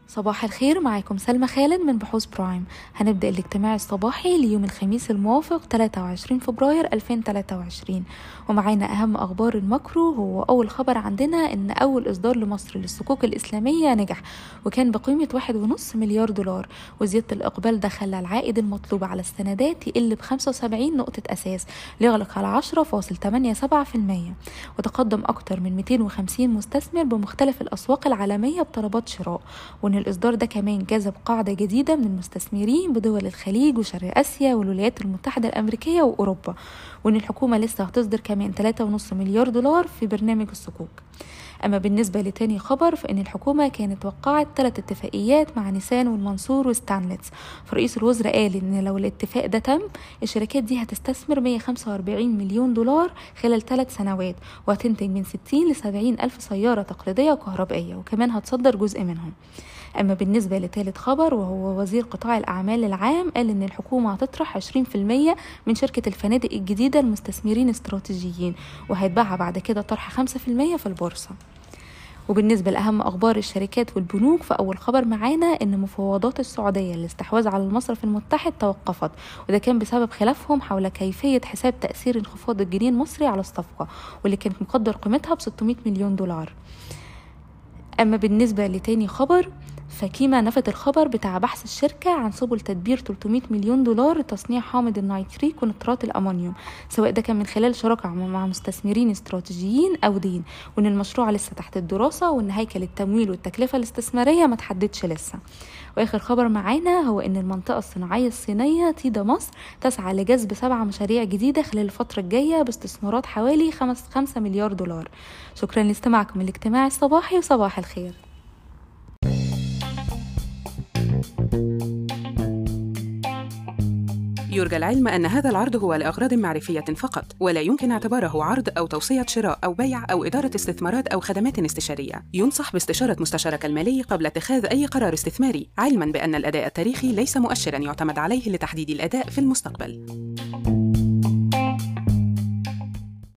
صباح الخير، معاكم سلمى خالد من بحوث برايم. هنبدأ الاجتماع الصباحي ليوم الخميس الموافق 23 فبراير 2023، ومعانا أهم أخبار الماكرو. هو أول خبر عندنا إن أول إصدار لمصر للصكوك الإسلامية نجح، وكان بقيمة 1.5 مليار دولار، وزيادة الإقبال ده خلى العائد المطلوب على السندات يقل ب75 نقطة أساس ليغلق على 10.87%، وتقدم أكتر من 250 مستثمر بمختلف الأسواق العالمية بطلبات شراء. وإن الإصدار ده كمان جذب قاعدة جديدة من المستثمرين بدول الخليج وشرق آسيا والولايات المتحدة الأمريكية وأوروبا، وإن الحكومة لسه هتصدر كمان 3.5 مليار دولار في برنامج الصكوك. أما بالنسبة لتاني خبر، فإن الحكومة كانت وقعت 3 اتفاقيات مع نيسان والمنصور وستانلتس، فرئيس الوزراء قال إن لو الاتفاق ده تم، الشركات دي هتستثمر 145 مليون دولار خلال 3 سنوات، وهتنتج من 60 ل 70 ألف سيارة تقليدية كهربائية، وكمان هتصدر جزء منهم. أما بالنسبة لثالث خبر، وهو وزير قطاع الأعمال العام قال إن الحكومة هتطرح 20% من شركة الفنادق الجديدة لمستثمرين استراتيجيين، وهيتباعها بعد كده طرح 5% في البورصة. وبالنسبة لأهم أخبار الشركات والبنوك، فأول خبر معانا إن مفاوضات السعودية للاستحواذ على المصرف المتحد توقفت، وده كان بسبب خلافهم حول كيفية حساب تأثير انخفاض الجنيه المصري على الصفقة، واللي كانت مقدر قيمتها ب 600 مليون دولار. أما بالنسبة لتاني خبر، فكيما نفت الخبر بتاع بحث الشركة عن سبل تدبير 300 مليون دولار لتصنيع حامض النيتريك ونترات الأمونيوم، سواء ده كان من خلال شراكة مع مستثمرين استراتيجيين أو دين، وإن المشروع لسه تحت الدراسة، وإن هيكل التمويل والتكلفة الاستثمارية ما تحددش لسه. وآخر خبر معانا هو إن المنطقة الصناعية الصينية تيدا مصر تسعى لجذب 7 مشاريع جديدة خلال الفترة الجاية باستثمارات حوالي 5 مليار دولار. شكرا لاستماعكم الاجتماع الصباحي، وصباح الخير. يرجى العلم أن هذا العرض هو لأغراض معرفية فقط، ولا يمكن اعتباره عرض أو توصية شراء أو بيع أو إدارة استثمارات أو خدمات استشارية. ينصح باستشارة مستشارك المالي قبل اتخاذ أي قرار استثماري، علماً بأن الأداء التاريخي ليس مؤشراً يعتمد عليه لتحديد الأداء في المستقبل.